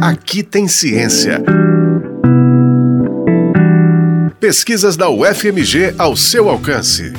Aqui tem ciência. Pesquisas da UFMG ao seu alcance.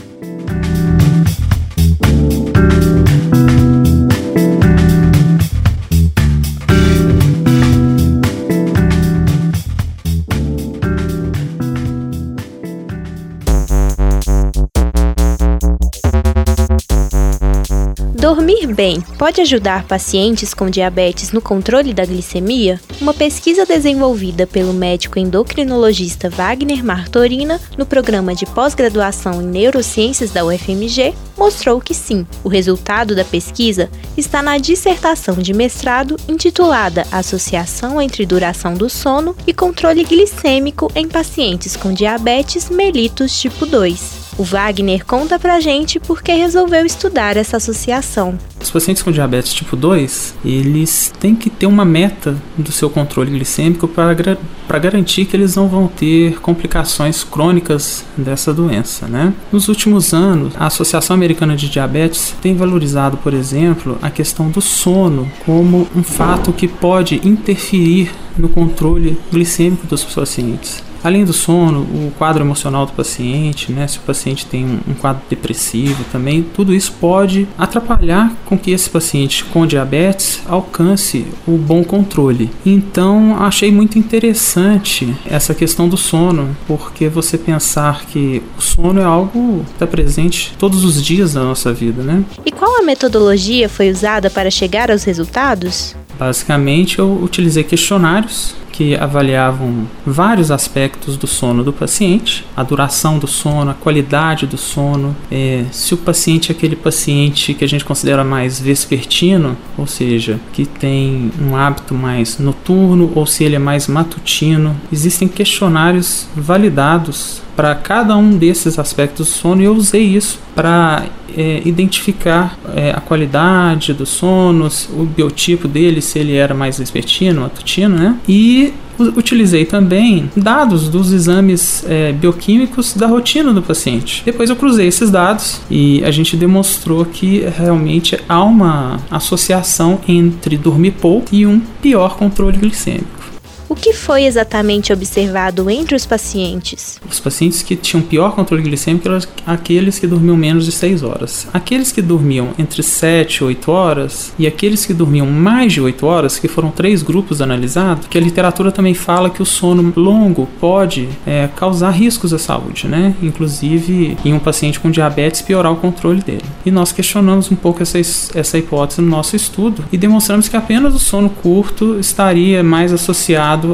Dormir bem pode ajudar pacientes com diabetes no controle da glicemia? Uma pesquisa desenvolvida pelo médico endocrinologista Wagner Martorina no programa de pós-graduação em neurociências da UFMG mostrou que sim. O resultado da pesquisa está na dissertação de mestrado intitulada Associação entre duração do sono e controle glicêmico em pacientes com diabetes mellitus tipo 2. O Wagner conta pra gente por que resolveu estudar essa associação. Os pacientes com diabetes tipo 2, eles têm que ter uma meta do seu controle glicêmico para garantir que eles não vão ter complicações crônicas dessa doença, né? Nos últimos anos, a Associação Americana de Diabetes tem valorizado, por exemplo, a questão do sono como um fato que pode interferir no controle glicêmico dos pacientes. Além do sono, o quadro emocional do paciente, né? Se o paciente tem um quadro depressivo também, tudo isso pode atrapalhar com que esse paciente com diabetes alcance o bom controle. Então, achei muito interessante essa questão do sono, porque você pensar que o sono é algo que está presente todos os dias da nossa vida, né? E qual a metodologia foi usada para chegar aos resultados? Basicamente, eu utilizei questionários que avaliavam vários aspectos do sono do paciente, a duração do sono, a qualidade do sono, se o paciente é aquele paciente que a gente considera mais vespertino, ou seja, que tem um hábito mais noturno, ou se ele é mais matutino. Existem questionários validados para cada um desses aspectos do sono e eu usei isso para identificar a qualidade do sono, o biotipo dele, se ele era mais vespertino, matutino, né? E utilizei também dados dos exames bioquímicos da rotina do paciente. Depois eu cruzei esses dados e a gente demonstrou que realmente há uma associação entre dormir pouco e um pior controle glicêmico. O que foi exatamente observado entre os pacientes? Os pacientes que tinham pior controle glicêmico eram aqueles que dormiam menos de 6 horas. Aqueles que dormiam entre 7 e 8 horas e aqueles que dormiam mais de 8 horas, que foram 3 grupos analisados, que a literatura também fala que o sono longo pode causar riscos à saúde, né? Inclusive, em um paciente com diabetes, piorar o controle dele. E nós questionamos um pouco essa hipótese no nosso estudo e demonstramos que apenas o sono curto estaria mais associado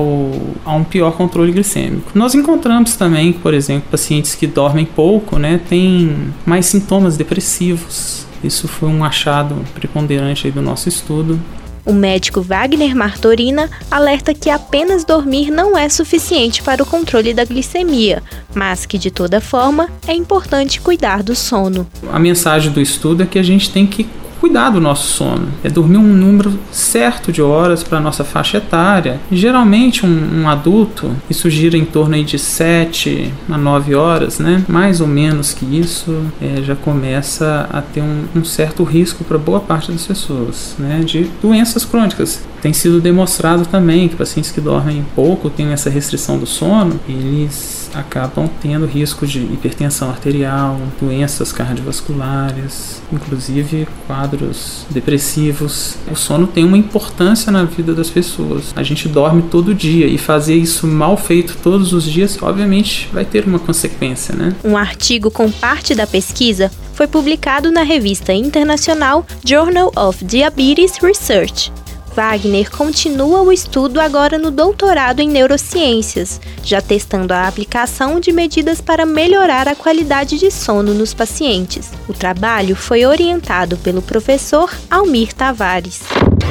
a um pior controle glicêmico. Nós encontramos também, por exemplo, pacientes que dormem pouco, né, têm mais sintomas depressivos. Isso foi um achado preponderante aí do nosso estudo. O médico Wagner Martorina alerta que apenas dormir não é suficiente para o controle da glicemia, mas que, de toda forma, é importante cuidar do sono. A mensagem do estudo é que a gente tem que cuidar do nosso sono, dormir um número certo de horas para a nossa faixa etária. Geralmente um adulto, isso gira em torno aí de 7 a 9 horas, né? Mais ou menos que isso, já começa a ter um certo risco para boa parte das pessoas, né? De doenças crônicas. Tem sido demonstrado também que pacientes que dormem pouco, têm essa restrição do sono, eles acabam tendo risco de hipertensão arterial, doenças cardiovasculares, inclusive quadros depressivos. O sono tem uma importância na vida das pessoas. A gente dorme todo dia e fazer isso mal feito todos os dias, obviamente, vai ter uma consequência, né? Um artigo com parte da pesquisa foi publicado na revista internacional Journal of Diabetes Research. Wagner continua o estudo agora no doutorado em neurociências, já testando a aplicação de medidas para melhorar a qualidade de sono nos pacientes. O trabalho foi orientado pelo professor Almir Tavares.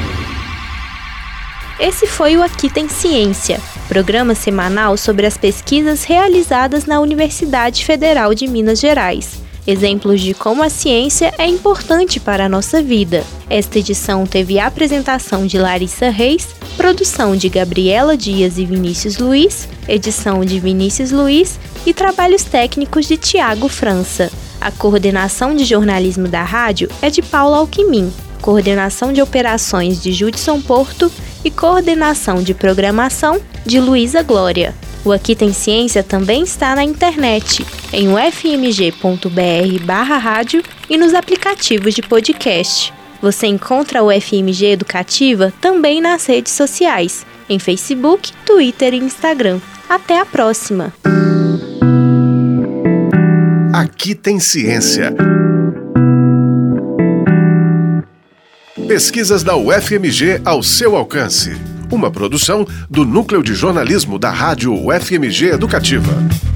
Esse foi o Aqui Tem Ciência, programa semanal sobre as pesquisas realizadas na Universidade Federal de Minas Gerais. Exemplos de como a ciência é importante para a nossa vida. Esta edição teve a apresentação de Larissa Reis, produção de Gabriela Dias e Vinícius Luiz, edição de Vinícius Luiz e trabalhos técnicos de Tiago França. A coordenação de jornalismo da rádio é de Paulo Alquimim, coordenação de operações de Judson Porto e coordenação de programação de Luísa Glória. O Aqui Tem Ciência também está na internet, em ufmg.br/rádio e nos aplicativos de podcast. Você encontra a UFMG Educativa também nas redes sociais, em Facebook, Twitter e Instagram. Até a próxima! Aqui Tem Ciência. Pesquisas da UFMG ao seu alcance. Uma produção do Núcleo de Jornalismo da Rádio UFMG Educativa.